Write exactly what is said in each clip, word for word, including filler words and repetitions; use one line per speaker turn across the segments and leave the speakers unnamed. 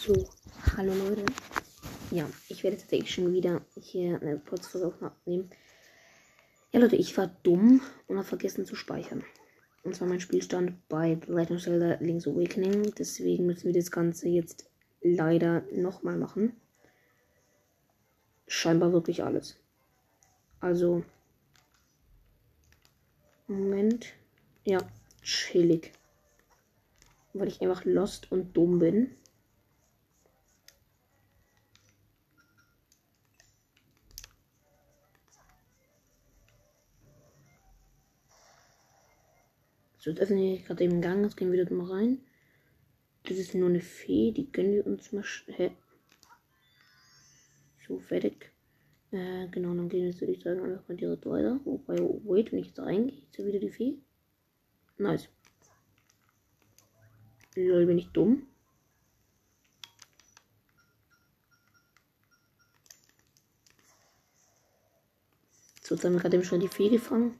So, hallo Leute. Ja, ich werde tatsächlich schon wieder hier eine Podcast aufnehmen. Ja Leute, ich war dumm und habe vergessen zu speichern. Und zwar mein Spielstand bei The Legend of Zelda Link's Awakening. Deswegen müssen wir das Ganze jetzt leider nochmal machen. Scheinbar wirklich alles. Also, Moment. Ja, chillig. Weil ich einfach lost und dumm bin. So, jetzt öffnen wir gerade eben den Gang. Jetzt gehen wir da mal rein. Das ist nur eine Fee. Die gönnen wir uns mal. Hä? So, fertig. Äh, genau, dann gehen wir jetzt, würde ich sagen, einfach mal direkt weiter. Wobei, wait, wenn ich jetzt reingehe, ist ja wieder die Fee. Nice. Lol, bin ich dumm? So, jetzt haben wir gerade eben schon die Fee gefangen.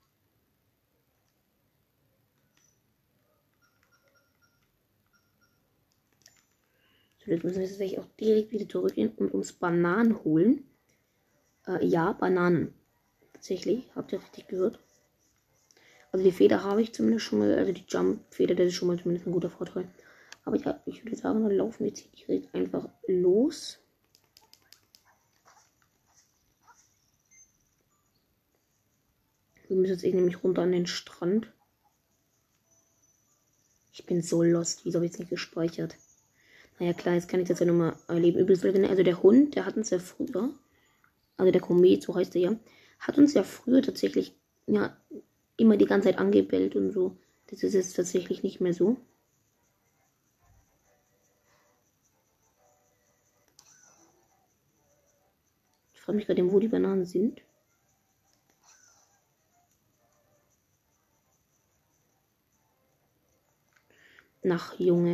So, jetzt müssen wir tatsächlich auch direkt wieder zurückgehen und uns Bananen holen. Äh, ja, Bananen. Tatsächlich, habt ihr richtig gehört? Also die Feder habe ich zumindest schon mal, also die Jump-Feder, das ist schon mal zumindest ein guter Vorteil. Aber ja, ich würde sagen, dann laufen wir jetzt hier direkt einfach los. Wir müssen jetzt nämlich runter an den Strand. Ich bin so lost, wieso habe ich jetzt nicht gespeichert? Naja klar, jetzt kann ich das ja nochmal erleben. Übrigens, also der Hund, der hat uns ja früher, also der Komet, so heißt er ja, hat uns ja früher tatsächlich, ja, immer die ganze Zeit angebellt und so. Das ist jetzt tatsächlich nicht mehr so. Ich frage mich gerade, wo die Bananen sind. Nach Junge.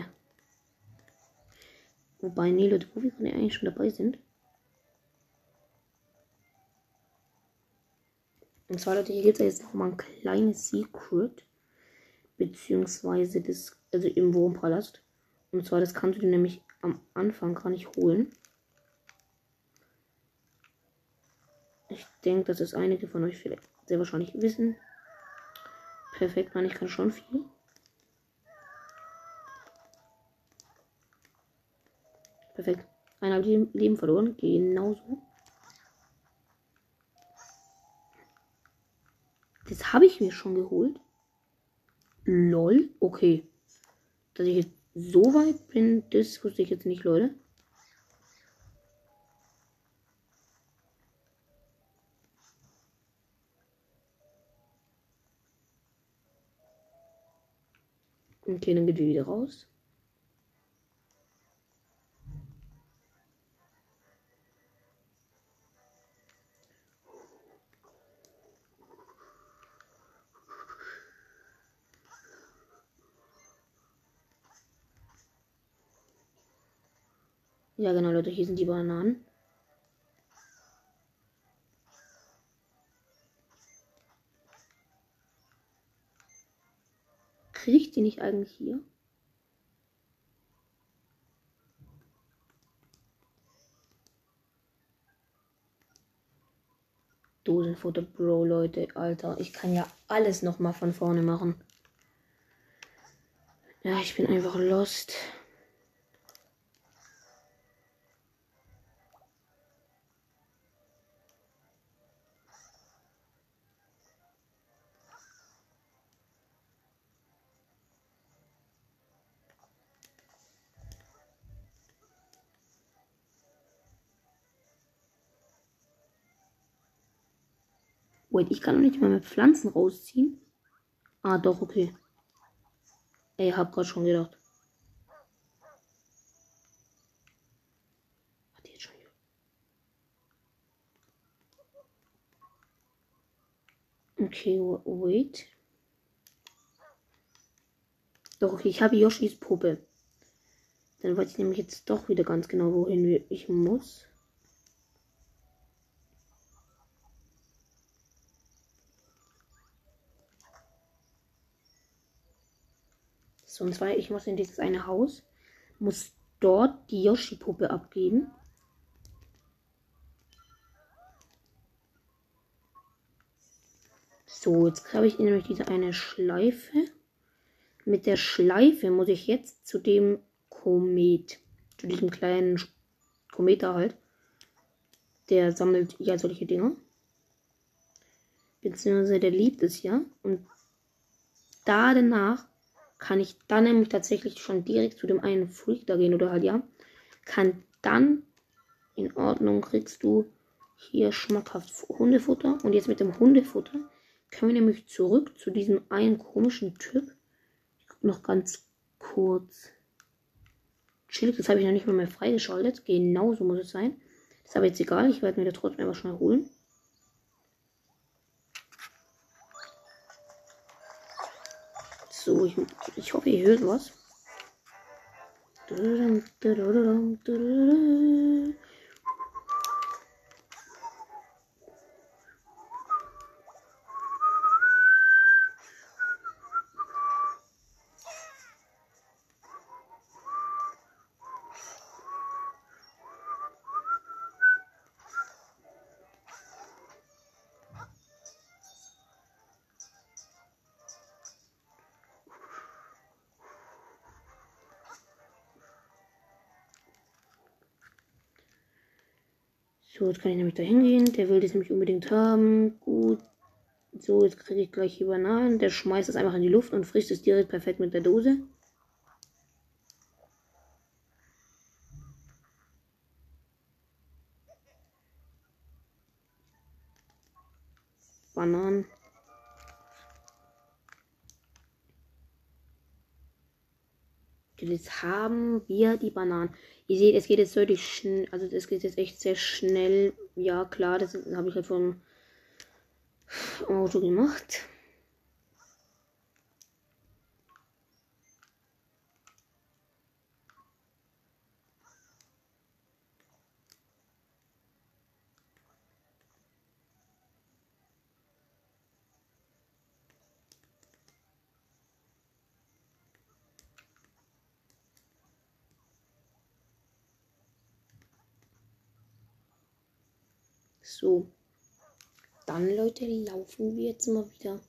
Wobei, nee, Leute, wo wir gerade eigentlich schon dabei sind. Und zwar, Leute, hier gibt es jetzt noch mal ein kleines Secret. Beziehungsweise das, also im Wurmpalast. Und zwar, das kannst du dir nämlich am Anfang gar nicht holen. Ich denke, dass es einige von euch vielleicht sehr wahrscheinlich wissen. Perfekt, man, ich kann schon viel. Perfekt. Eineinhalb Leben, Leben verloren. Genauso. Das habe ich mir schon geholt. Lol. Okay. Dass ich jetzt so weit bin, das wusste ich jetzt nicht, Leute. Okay, dann geht wir wieder raus. Ja, genau, Leute, hier sind die Bananen. Kriege ich die nicht eigentlich hier? Dosenfutter, Bro, Leute, Alter. Ich kann ja alles nochmal von vorne machen. Ja, ich bin einfach lost. Wait, ich kann doch nicht mal mit Pflanzen rausziehen. Ah, doch, okay. Ey, hab grad schon gedacht. Hat die jetzt schon hier? Okay, wait. Doch, okay, ich habe Yoshis Puppe. Dann weiß ich nämlich jetzt doch wieder ganz genau, wohin ich muss. So, und zwar, ich muss in dieses eine Haus, muss dort die Yoshi-Puppe abgeben. So, jetzt habe ich nämlich diese eine Schleife. Mit der Schleife muss ich jetzt zu dem Komet, zu diesem kleinen Komet da halt. Der sammelt ja solche Dinge. Beziehungsweise der liebt es ja. Und da danach kann ich dann nämlich tatsächlich schon direkt zu dem einen Freak da gehen. Oder halt ja. Kann dann in Ordnung, kriegst du hier schmackhaft Hundefutter. Und jetzt mit dem Hundefutter können wir nämlich zurück zu diesem einen komischen Typ. Ich gucke noch ganz kurz. Chillig, das habe ich noch nicht mal mehr freigeschaltet. Genau so muss es sein. Ist aber jetzt egal, ich werde mir da trotzdem einfach schnell holen. So, ich, ich hoffe, ihr hört was. So, jetzt kann ich nämlich da hingehen. Der will das nämlich unbedingt haben. Gut. So, jetzt kriege ich gleich hier Bananen. Der schmeißt es einfach in die Luft und frisst es direkt perfekt mit der Dose. Bananen. Jetzt haben wir die Bananen. Ihr seht, es geht jetzt deutlich schnell. Also, es geht jetzt echt sehr schnell. Ja, klar, das habe ich halt vom Auto gemacht. So. Dann, Leute, laufen wir jetzt mal wieder.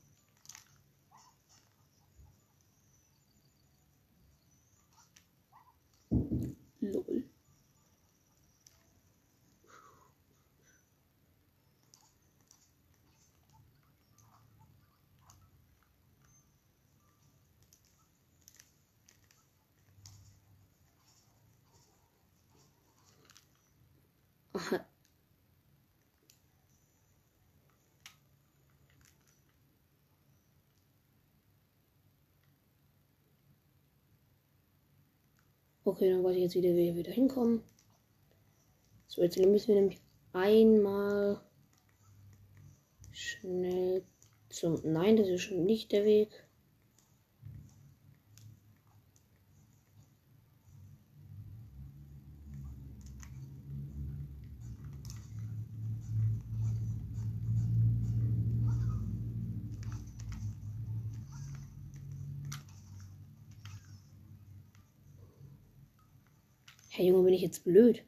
Lol. Aha. Okay, dann weiß ich jetzt wieder, wie wir wieder hinkommen. So, jetzt müssen wir nämlich einmal schnell zum... Nein, das ist schon nicht der Weg. Hey Junge, bin ich jetzt blöd?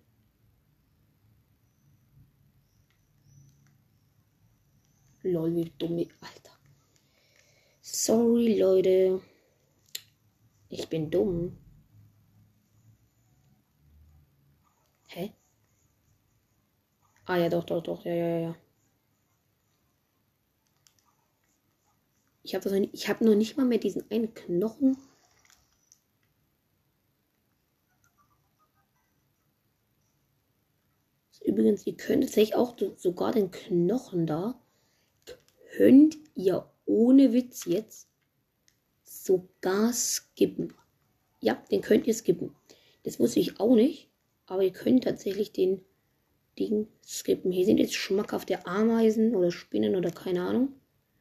Lol, wie dumm, Alter. Sorry, Leute. Ich bin dumm. Hä? Ah ja, doch, doch, doch. Ja, ja, ja. Ich habe also, ich habe noch nicht mal mehr diesen einen Knochen. Übrigens, ihr könnt tatsächlich auch sogar den Knochen da, könnt ihr ohne Witz jetzt sogar skippen. Ja, den könnt ihr skippen. Das wusste ich auch nicht, aber ihr könnt tatsächlich den Ding skippen. Hier sind jetzt schmackhafte Ameisen oder Spinnen oder keine Ahnung.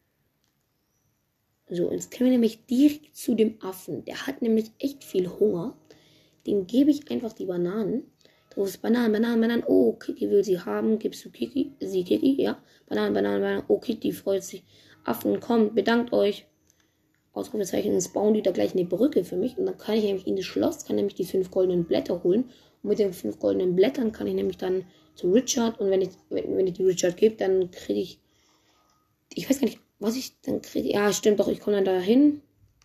So, jetzt können wir nämlich direkt zu dem Affen. Der hat nämlich echt viel Hunger. Dem gebe ich einfach die Bananen. Drauf ist Bananen, Bananen, Bananen. Oh, Kiki will sie haben. Gibst du Kiki? Sie Kiki, ja. Bananen, Bananen, Bananen. Oh, Kiki freut sich. Affen, kommt, bedankt euch. Ausrufezeichen, und bauen die da gleich eine Brücke für mich. Und dann kann ich nämlich in das Schloss, kann nämlich die fünf goldenen Blätter holen. Und mit den fünf goldenen Blättern kann ich nämlich dann zu Richard. Und wenn ich, wenn, wenn ich die Richard gebe, dann kriege ich. Ich weiß gar nicht, was ich dann kriege. Ja, stimmt doch, ich komme dann da hin.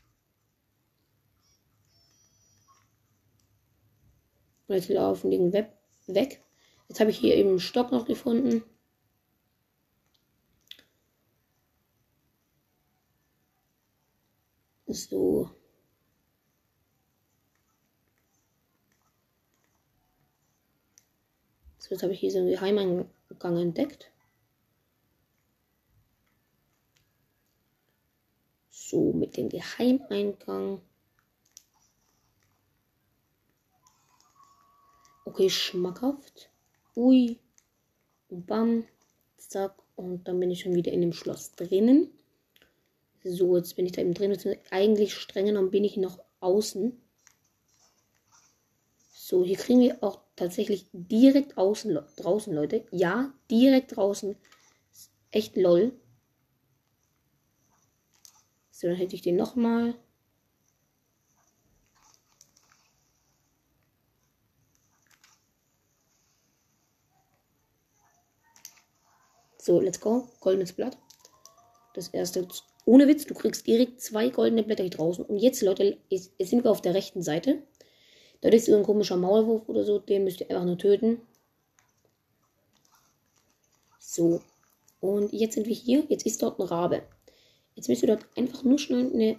Und jetzt laufen die Web weg. Jetzt habe ich hier eben einen Stock noch gefunden. So. So, jetzt habe ich hier so einen Geheimeingang entdeckt. So, mit dem Geheimeingang. Okay, schmackhaft. Ui. Und bam. Zack. Und dann bin ich schon wieder in dem Schloss drinnen. So, jetzt bin ich da eben drin. Eigentlich streng genommen bin ich noch außen. So, hier kriegen wir auch tatsächlich direkt außen, draußen, Leute. Ja, direkt draußen. Echt lol. So, dann hätte ich den nochmal. So, let's go. Goldenes Blatt. Das erste. Ohne Witz, du kriegst direkt zwei goldene Blätter hier draußen. Und jetzt, Leute, jetzt sind wir auf der rechten Seite. Dort ist so ein komischer Maulwurf oder so. Den müsst ihr einfach nur töten. So. Und jetzt sind wir hier. Jetzt ist dort ein Rabe. Jetzt müsst ihr dort einfach nur schnell eine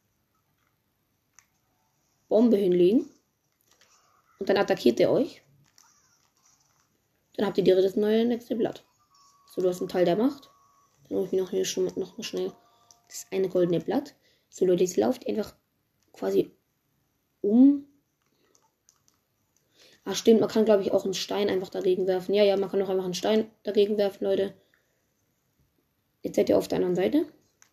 Bombe hinlegen. Und dann attackiert er euch. Dann habt ihr direkt das neue nächste Blatt. So, du hast einen Teil der Macht. Dann hole ich mir noch, hier schon, noch mal schnell das eine goldene Blatt. So, Leute, jetzt lauft einfach quasi um. Ah, stimmt, man kann, glaube ich, auch einen Stein einfach dagegen werfen. Ja, ja, man kann auch einfach einen Stein dagegen werfen, Leute. Jetzt seid ihr auf der anderen Seite.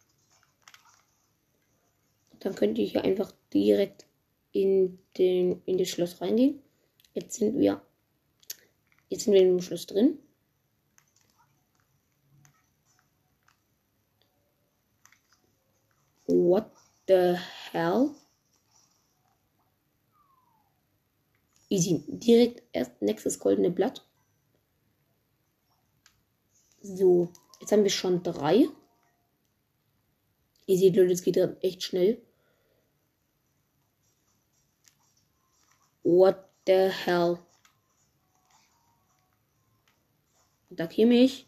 Dann könnt ihr hier einfach direkt in, den, in das Schloss reingehen. Jetzt sind wir, jetzt sind wir im Schloss drin. What the hell? Easy. Direkt erst nächstes goldene Blatt. So, jetzt haben wir schon drei. Ihr seht, Leute, es geht echt schnell. What the hell? Attackier mich.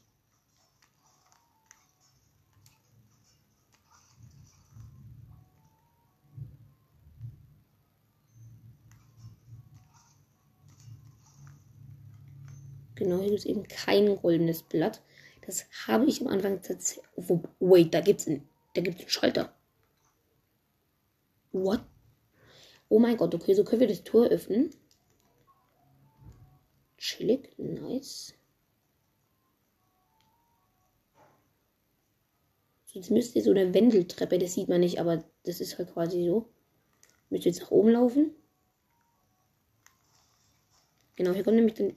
Genau, hier gibt es eben kein goldenes Blatt. Das habe ich am Anfang tatsächlich. Wait, da gibt es einen, da gibt's einen Schalter. What? Oh mein Gott, okay, so können wir das Tor öffnen. Chillig, nice. So, jetzt müsst ihr so eine Wendeltreppe, das sieht man nicht, aber das ist halt quasi so. Müsst ihr jetzt nach oben laufen. Genau, hier kommt nämlich dann.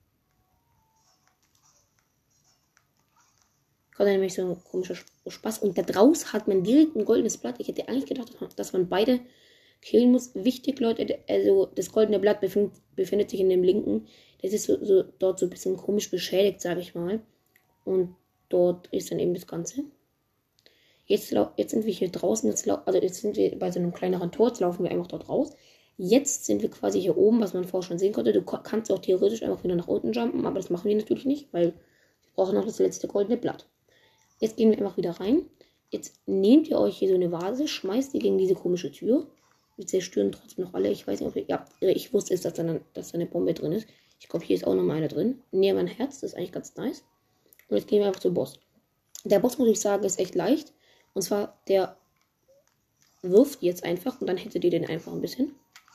Kommt dann nämlich so ein komischer Spaß. Und da draußen hat man direkt ein goldenes Blatt. Ich hätte eigentlich gedacht, dass man beide killen muss. Wichtig, Leute, also das goldene Blatt befind, befindet sich in dem linken. Das ist so, so dort so ein bisschen komisch beschädigt, sage ich mal. Und dort ist dann eben das Ganze. Jetzt, jetzt sind wir hier draußen. Jetzt, also jetzt sind wir bei so einem kleineren Tor. Jetzt laufen wir einfach dort raus. Jetzt sind wir quasi hier oben, was man vorher schon sehen konnte. Du kannst auch theoretisch einfach wieder nach unten jumpen, aber das machen wir natürlich nicht, weil wir brauchen noch das letzte goldene Blatt. Jetzt gehen wir einfach wieder rein. Jetzt nehmt ihr euch hier so eine Vase, schmeißt ihr gegen diese komische Tür. Wir zerstören trotzdem noch alle. Ich weiß nicht, ob ihr. Ja, ich wusste es, dass da, eine, dass da eine Bombe drin ist. Ich glaube, hier ist auch noch mal eine drin. Näher mein Herz, das ist eigentlich ganz nice. Und jetzt gehen wir einfach zum Boss. Der Boss, muss ich sagen, ist echt leicht. Und zwar, der wirft jetzt einfach und dann hättet ihr den einfach ein bisschen.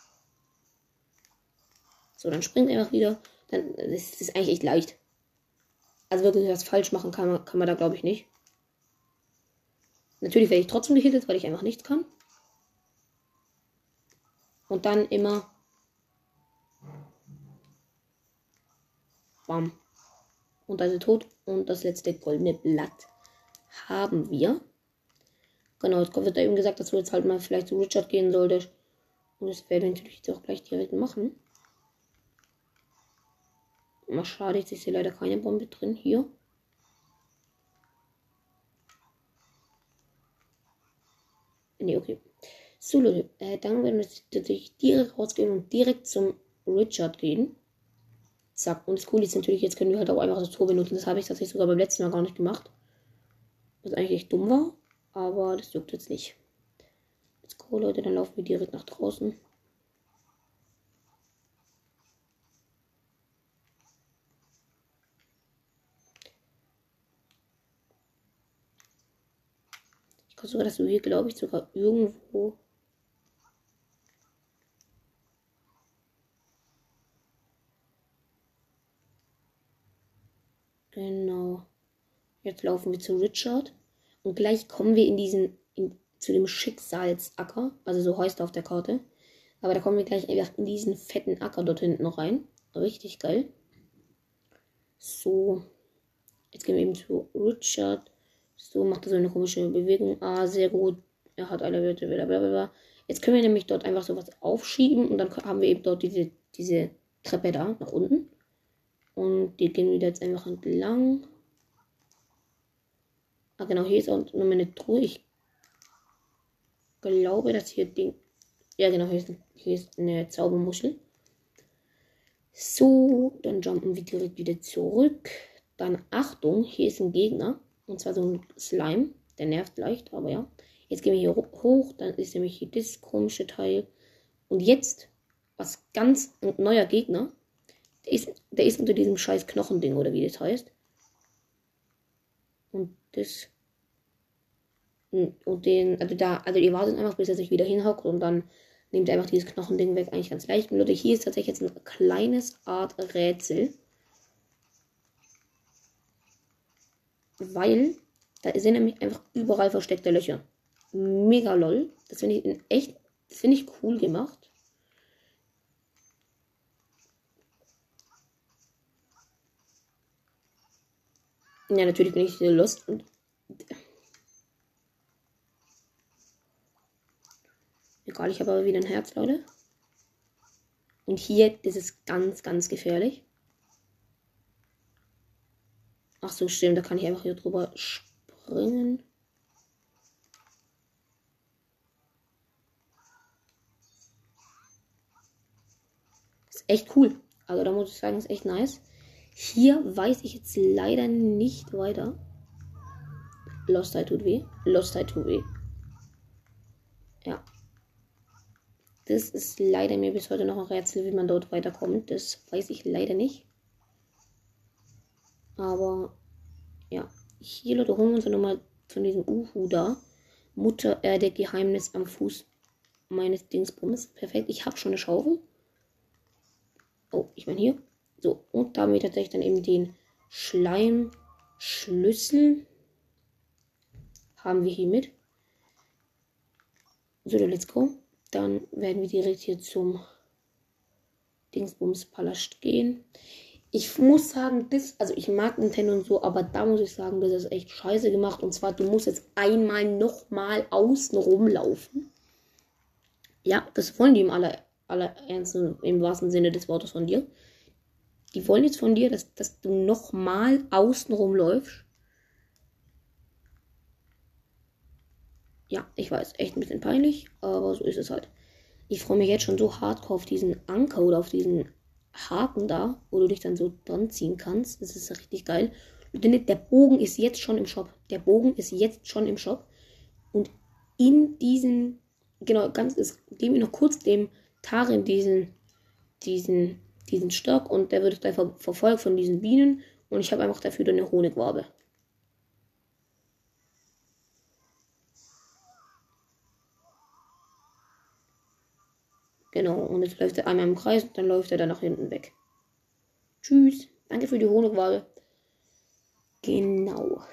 So, dann springt einfach wieder. Dann das ist eigentlich echt leicht. Also wirklich was falsch machen kann man, kann man da, glaube ich, nicht. Natürlich werde ich trotzdem gehittet, weil ich einfach nichts kann. Und dann immer. Bam. Und also tot. Und das letzte goldene Blatt haben wir. Genau, jetzt wird da eben gesagt, dass du jetzt halt mal vielleicht zu Richard gehen solltest. Und das werde ich natürlich jetzt auch gleich direkt machen. Mal schade, jetzt ist hier leider keine Bombe drin. Hier. Ne, okay. So, Leute, äh, dann werden wir tatsächlich direkt rausgehen und direkt zum Richard gehen. Zack. Und das Coole ist natürlich, jetzt können wir halt auch einfach das Tor benutzen. Das habe ich tatsächlich sogar beim letzten Mal gar nicht gemacht. Was eigentlich echt dumm war. Aber das juckt jetzt nicht. Let's go, Leute, dann laufen wir direkt nach draußen. Ich glaube sogar, dass du hier, glaube ich, sogar irgendwo... Genau. Jetzt laufen wir zu Richard. Und gleich kommen wir in diesen, in, zu dem Schicksalsacker. Also so heißt er auf der Karte. Aber da kommen wir gleich einfach in diesen fetten Acker dort hinten rein. Richtig geil. So. Jetzt gehen wir eben zu Richard. So, macht er so eine komische Bewegung. Ah, sehr gut. Er hat alle Werte, blablabla. Jetzt können wir nämlich dort einfach sowas aufschieben. Und dann haben wir eben dort diese, diese Treppe da, nach unten. Und die gehen wir jetzt einfach entlang. Ah, genau, hier ist auch noch eine Truhe. Ich glaube, dass hier Ding. Ja, genau, hier ist, hier ist eine Zaubermuschel. So, dann jumpen wir direkt wieder zurück. Dann Achtung, hier ist ein Gegner. Und zwar so ein Slime. Der nervt leicht, aber ja. Jetzt gehen wir hier hoch. Dann ist nämlich hier das komische Teil. Und jetzt, was ganz ein neuer Gegner. Der ist, der ist unter diesem scheiß Knochending, oder wie das heißt. Und das. Und den, also da, also ihr wartet einfach, bis er sich wieder hinhockt und dann nehmt ihr einfach dieses Knochending weg, eigentlich ganz leicht. Und Leute, hier ist tatsächlich jetzt ein kleines Art Rätsel. Weil da sind nämlich einfach überall versteckte Löcher. Mega lol. Das finde ich in echt, das finde ich cool gemacht. Ja, natürlich bin ich lost und egal, ich habe aber wieder ein Herz, Leute. Und hier, das ist ganz, ganz gefährlich. Ach so, stimmt, da kann ich einfach hier drüber springen. Ist echt cool. Also da muss ich sagen, ist echt nice. Hier weiß ich jetzt leider nicht weiter. Lost Side tut weh. Lost Side tut weh. Ja. Das ist leider mir bis heute noch ein Rätsel, wie man dort weiterkommt. Das weiß ich leider nicht. Aber ja. Hier, Leute, holen wir uns nochmal von diesem Uhu da. Mutter Erde, Geheimnis am Fuß meines Dingsbums. Perfekt. Ich habe schon eine Schaufel. Oh, ich meine hier. So, und da haben wir tatsächlich dann eben den Schleimschlüssel. Haben wir hier mit. So, let's go. Dann werden wir direkt hier zum Dingsbums-Palast gehen. Ich muss sagen, das, also ich mag Nintendo und so, aber da muss ich sagen, das ist echt scheiße gemacht. Und zwar, du musst jetzt einmal nochmal außen rumlaufen. Ja, das wollen die im aller, aller Ernst, im wahrsten Sinne des Wortes von dir. Die wollen jetzt von dir, dass, dass du nochmal außen rumläufst. Ja, ich weiß, echt ein bisschen peinlich, aber so ist es halt. Ich freue mich jetzt schon so hardcore auf diesen Anker oder auf diesen Haken da, wo du dich dann so dran ziehen kannst. Das ist richtig geil. Der Bogen ist jetzt schon im Shop. Der Bogen ist jetzt schon im Shop. Und in diesen, genau, ganz, es geben wir noch kurz dem Tarin diesen, diesen, diesen Stock und der wird gleich ver verfolgt von diesen Bienen. Und ich habe einfach dafür eine Honigwabe. Genau, und jetzt läuft er einmal im Kreis und dann läuft er dann nach hinten weg. Tschüss. Danke für die Honigwabe. Genau.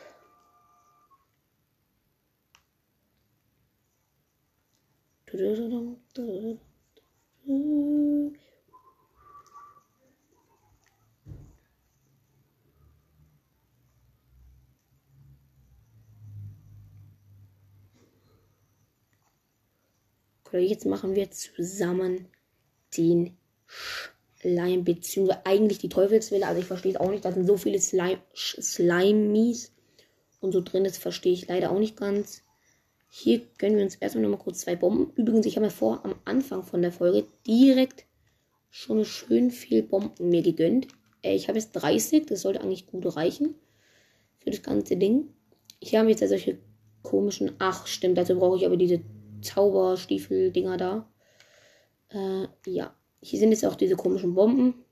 Okay, jetzt machen wir zusammen den Slime, beziehungsweise eigentlich die Teufelswille. Also ich verstehe es auch nicht, da sind so viele Slime, Slimies und so drin, das verstehe ich leider auch nicht ganz. Hier gönnen wir uns erstmal nochmal kurz zwei Bomben. Übrigens, ich habe mir vor, am Anfang von der Folge direkt schon schön viel Bomben mir gegönnt. Äh, ich habe jetzt dreißig, das sollte eigentlich gut reichen für das ganze Ding. Hier haben wir jetzt ja solche komischen, ach stimmt, dazu brauche ich aber diese Zauberstiefel-Dinger da. Äh, ja, hier sind jetzt auch diese komischen Bomben.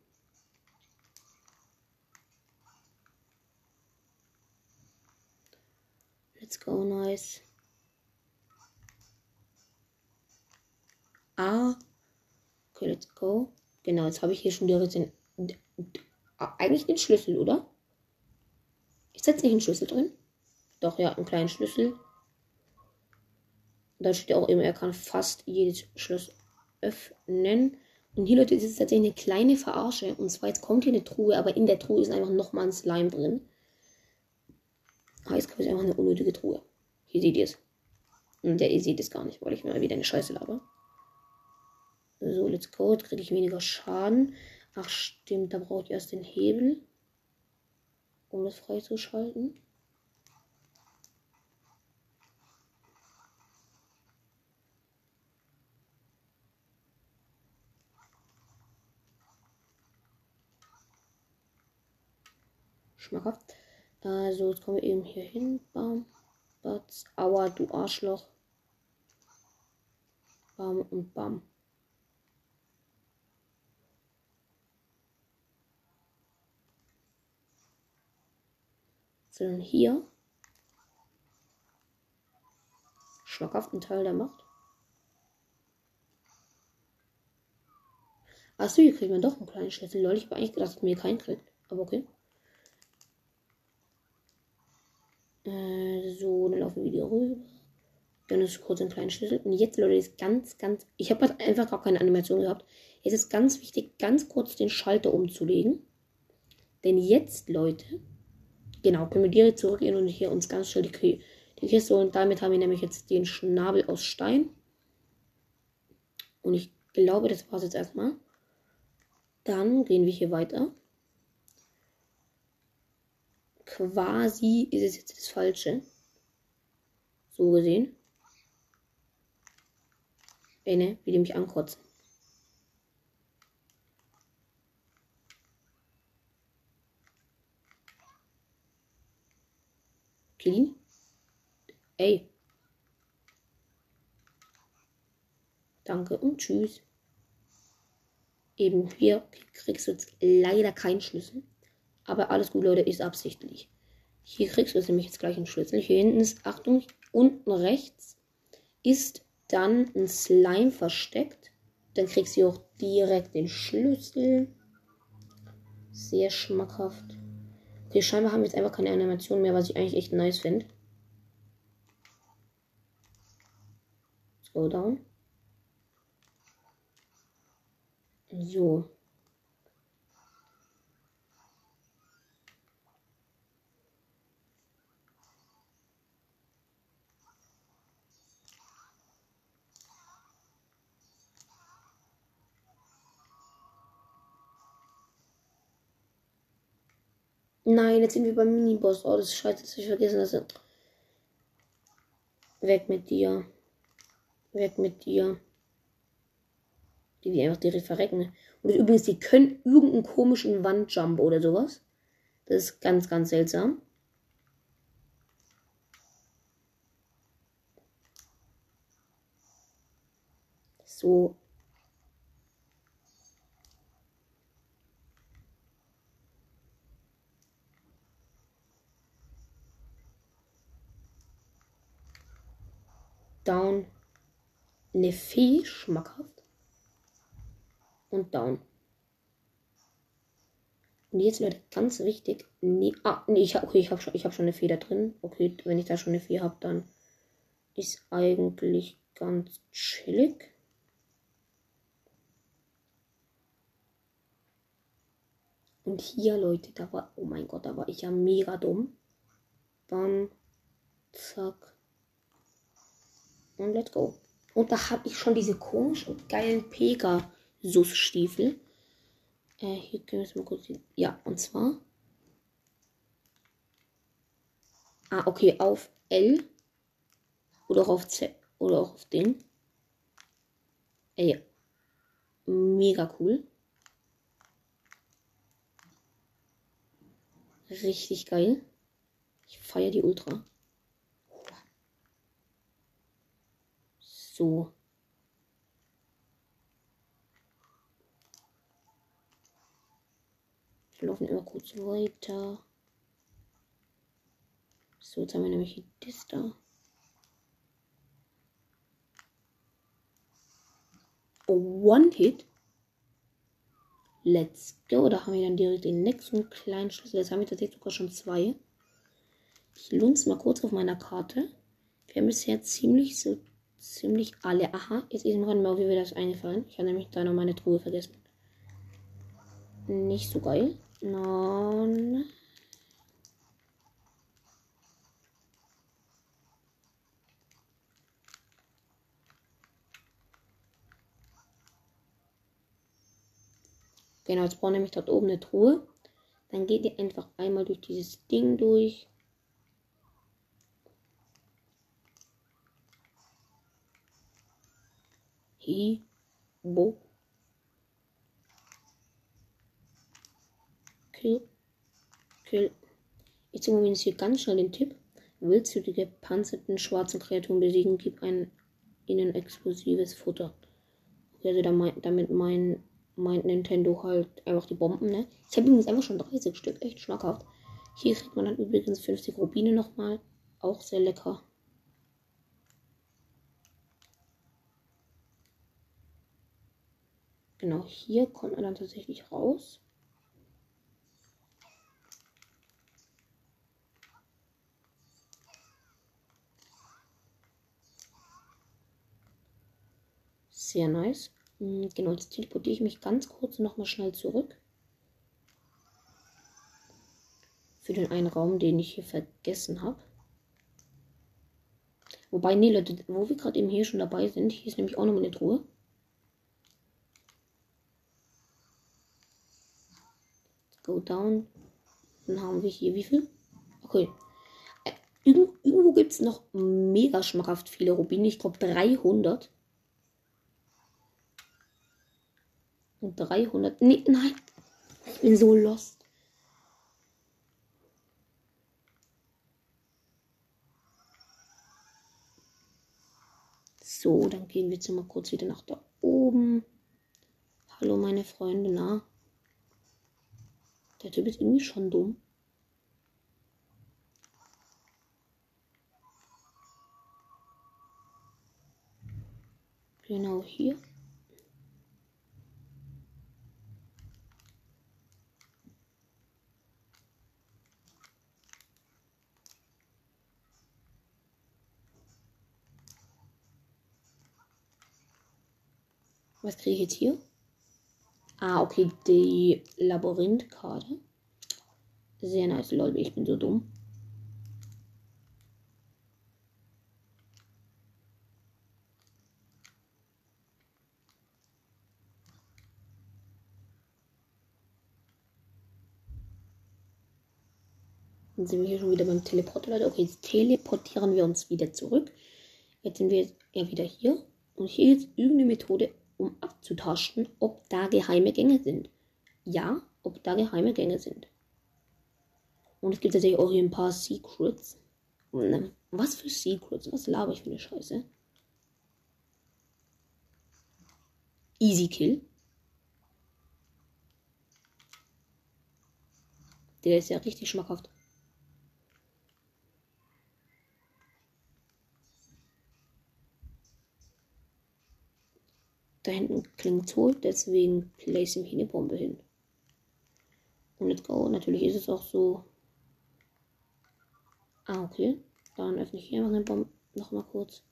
Let's go, nice. Ah, okay, let's go. Genau, jetzt habe ich hier schon direkt den, eigentlich den Schlüssel, oder? Ist jetzt nicht ein Schlüssel drin? Doch, ja, einen kleinen Schlüssel. Da steht auch immer, er kann fast jedes Schloss öffnen. Und hier, Leute, ist es tatsächlich eine kleine Verarsche. Und zwar, jetzt kommt hier eine Truhe, aber in der Truhe ist einfach nochmal ein Slime drin. Heißt quasi einfach eine unnötige Truhe. Hier seht ihr es. Und der, ihr seht es gar nicht, weil ich mal wieder eine Scheiße laber. So, let's go. Jetzt kriege ich weniger Schaden. Ach, stimmt, da brauche ich erst den Hebel, um das freizuschalten. Schmackhaft. Also, jetzt kommen wir eben hier hin. Bam. Batz. Aua, du Arschloch. Bam und bam. So, dann hier. Schmackhaft, ein Teil der Macht. Achso, hier kriegt man doch einen kleinen Schlüssel. Lol, ich habe eigentlich gedacht, dass man hier keinen kriegt. Aber okay. Äh, so, dann laufen wir wieder rüber. Dann ist kurz ein kleiner Schlüssel. Und jetzt, Leute, ist ganz, ganz... Ich habe halt einfach gar keine Animation gehabt. Jetzt ist ganz wichtig, ganz kurz den Schalter umzulegen. Denn jetzt, Leute... Genau, können wir direkt zurückgehen und hier uns ganz schnell die, die Kiste holen. Und damit haben wir nämlich jetzt den Schnabel aus Stein. Und ich glaube, das war es jetzt erstmal. Dann gehen wir hier weiter. Quasi ist es jetzt das Falsche. So gesehen. Ey, ne, wie die mich ankotzen. Clean. Ey. Danke und tschüss. Eben hier kriegst du jetzt leider keinen Schlüssel. Aber alles gut, Leute, ist absichtlich. Hier kriegst du jetzt nämlich jetzt gleich einen Schlüssel. Hier hinten ist, Achtung, unten rechts ist dann ein Slime versteckt. Dann kriegst du auch direkt den Schlüssel. Sehr schmackhaft. Okay, scheinbar haben wir jetzt einfach keine Animation mehr, was ich eigentlich echt nice finde. Go down. So. Nein, jetzt sind wir beim Miniboss. Oh, das ist scheiße, dass ich vergessen habe. Weg mit dir. Weg mit dir. Die, die einfach direkt verrecken. Und übrigens, die können irgendeinen komischen Wandjump oder sowas. Das ist ganz, ganz seltsam. So. Down. Eine Fee, schmackhaft. Und down. Und jetzt, Leute, ganz wichtig. Nee, ah, nee, ich habe okay, ich hab schon, ich hab schon eine Fee da drin. Okay, wenn ich da schon eine Fee habe, dann ist eigentlich ganz chillig. Und hier, Leute, da war, oh mein Gott, da war ich ja mega dumm. Bam, zack. Und let's go. Und da habe ich schon diese komischen, geilen Pegasus-Stiefel. Äh, hier können wir es mal kurz sehen. Ja, und zwar. Ah, okay, auf L. Oder auch auf Z. Oder auch auf den. Ey, mega cool. Richtig geil. Ich feiere die Ultra. So. Wir laufen immer kurz weiter. So, jetzt haben wir nämlich das da. Oh, One-Hit. Let's go. Da haben wir dann direkt den nächsten kleinen Schlüssel. Jetzt haben wir tatsächlich sogar schon zwei. Ich lunze mal kurz auf meiner Karte. Wir haben bisher ziemlich so ziemlich alle. Aha, jetzt ist mir gerade mal, wie mir das eingefallen. Ich habe nämlich da noch meine Truhe vergessen. Nicht so geil. Nein. Genau, jetzt braucht nämlich dort oben eine Truhe. Dann geht ihr einfach einmal durch dieses Ding durch. Hi. Bo. Kill. Kill. Jetzt übrigens hier ganz schnell den Tipp. Willst du die gepanzerten schwarzen Kreaturen besiegen, gib ein ihnen explosives Futter. Okay, also damit, damit mein, meint Nintendo halt einfach die Bomben, ne? Ich habe übrigens einfach schon dreißig Stück, echt schmackhaft. Hier kriegt man dann übrigens fünfzig Rubine nochmal. Auch sehr lecker. Genau, hier kommt man dann tatsächlich raus. Sehr nice. Genau, jetzt teleportiere ich mich ganz kurz nochmal schnell zurück. Für den einen Raum, den ich hier vergessen habe. Wobei, nee, Leute, wo wir gerade eben hier schon dabei sind, hier ist nämlich auch nochmal eine Truhe. Go down. Dann haben wir hier wie viel? Okay. Äh, irgendwo irgendwo gibt es noch mega schmackhaft viele Rubine. Ich glaube dreihundert. Und dreihundert. Nee, nein. Ich bin so lost. So, dann gehen wir jetzt mal kurz wieder nach da oben. Hallo meine Freunde, na? Der Typ ist irgendwie schon dumm. Genau hier. Was kriege ich jetzt hier? Ah, okay, die Labyrinthkarte. Sehr nice, Leute, ich bin so dumm. Dann sind wir hier schon wieder beim Teleporter, Leute. Okay, jetzt teleportieren wir uns wieder zurück. Jetzt sind wir ja wieder hier. Und hier ist irgendeine Methode, um abzutasten, ob da geheime Gänge sind. Ja, ob da geheime Gänge sind. Und es gibt tatsächlich auch hier ein paar Secrets. Was für Secrets? Was laber ich für eine Scheiße? Easy Kill. Der ist ja richtig schmackhaft. Da hinten klingt tot, deswegen placen wir hier eine Bombe hin. Und let's go. Natürlich ist es auch so. Ah, okay. Dann öffne ich hier eine Bombe noch mal kurz.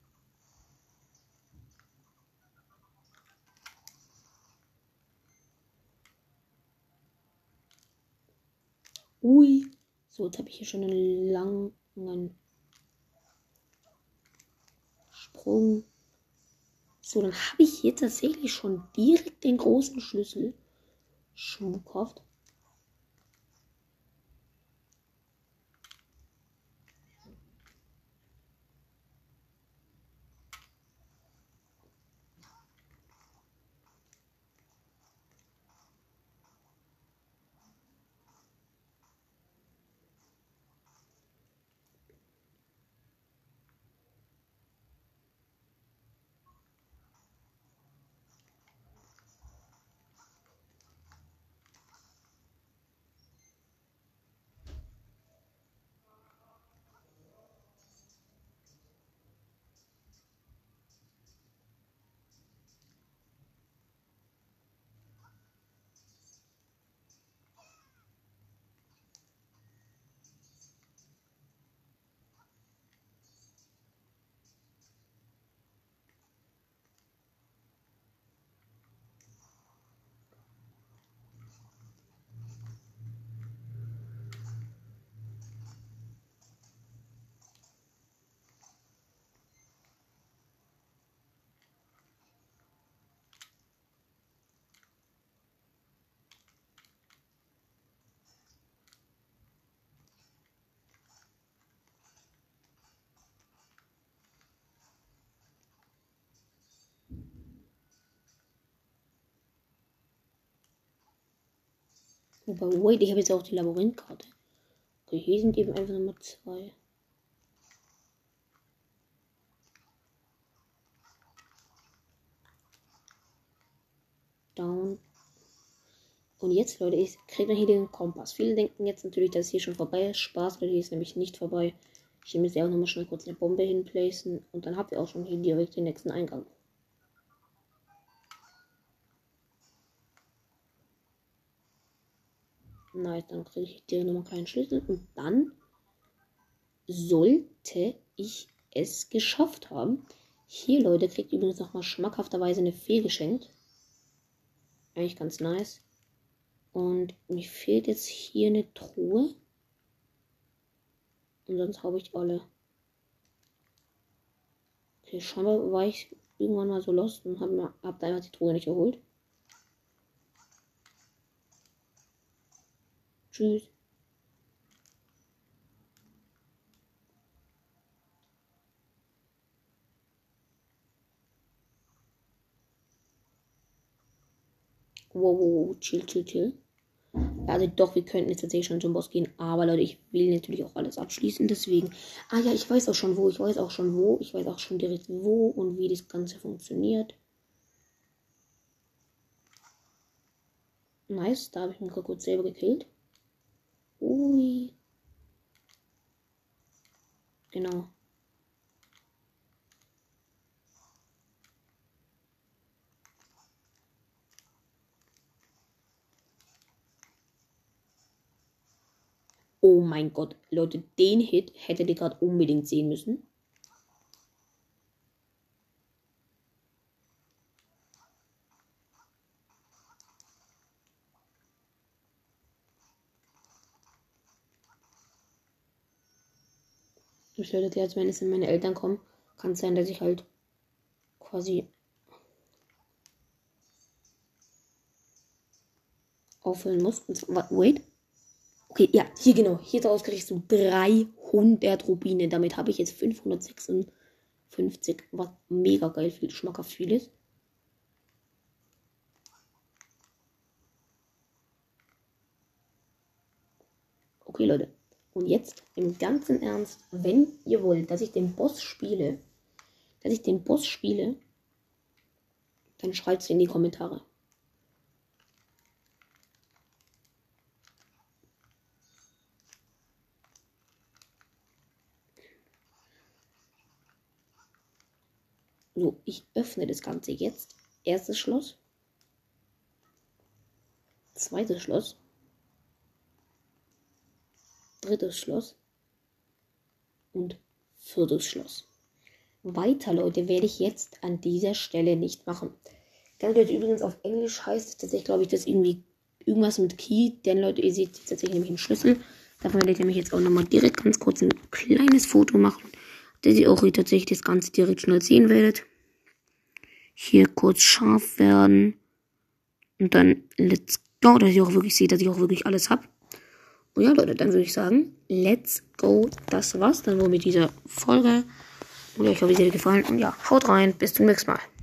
Ui. So, jetzt habe ich hier schon einen langen Sprung. So, dann habe ich hier tatsächlich schon direkt den großen Schlüssel. Schmuckhaft. Aber wait, ich habe jetzt auch die Labyrinthkarte. Okay, hier sind eben einfach Nummer zwei. Down. Und jetzt, Leute, ich kriege dann hier den Kompass. Viele denken jetzt natürlich, dass hier schon vorbei ist. Spaß, Leute, hier ist nämlich nicht vorbei. Ich muss ja auch nochmal schnell kurz eine Bombe hinplacen. Und dann habt ihr auch schon hier direkt den nächsten Eingang. Nice, dann kriege ich direkt nochmal einen kleinen Schlüssel. Und dann sollte ich es geschafft haben. Hier, Leute, kriegt übrigens nochmal schmackhafterweise eine Fee geschenkt. Eigentlich ganz nice. Und mir fehlt jetzt hier eine Truhe. Und sonst habe ich alle. Okay, scheinbar war ich irgendwann mal so lost und habe hab einfach die Truhe nicht erholt. Tschüss. Wow, wow, wow, chill, chill, chill. Also doch, wir könnten jetzt tatsächlich schon zum Boss gehen. Aber Leute, ich will natürlich auch alles abschließen. Deswegen. Ah ja, ich weiß auch schon wo. Ich weiß auch schon wo. Ich weiß auch schon direkt wo und wie das Ganze funktioniert. Nice, da habe ich mich gerade kurz selber gekillt. Ui. Genau. Oh mein Gott, Leute, den Hit hättet ihr gerade unbedingt sehen müssen. Ich Leute, jetzt, wenn es in meine Eltern kommen, kann es sein, dass ich halt quasi auffüllen muss. Und, wait. Okay, ja, hier genau. Hier daraus kriege ich so dreihundert Rubine. Damit habe ich jetzt fünfhundertsechsundfünfzig, was mega geil viel, schmackhaft viel ist. Okay, Leute. Und jetzt im ganzen Ernst, wenn ihr wollt, dass ich den Boss spiele, dass ich den Boss spiele, dann schreibt es in die Kommentare. So, ich öffne das Ganze jetzt. Erstes Schloss. Zweites Schloss. Drittes Schloss. Und viertes Schloss. Weiter, Leute, werde ich jetzt an dieser Stelle nicht machen. Ganz Leute, übrigens auf Englisch heißt es tatsächlich, glaube ich, das irgendwie irgendwas mit Key. Denn Leute, ihr seht jetzt tatsächlich nämlich einen Schlüssel. Davon werde ich nämlich jetzt auch nochmal direkt ganz kurz ein kleines Foto machen, dass ihr auch hier tatsächlich das Ganze direkt schnell sehen werdet. hier kurz scharf werden. Und dann let's go, dass ich auch wirklich sehe, dass ich auch wirklich alles habe. Und ja, Leute, dann würde ich sagen, let's go. Das war's dann wohl mit dieser Folge. Und ja, ich hoffe, es hat euch gefallen. Und ja, haut rein. Bis zum nächsten Mal.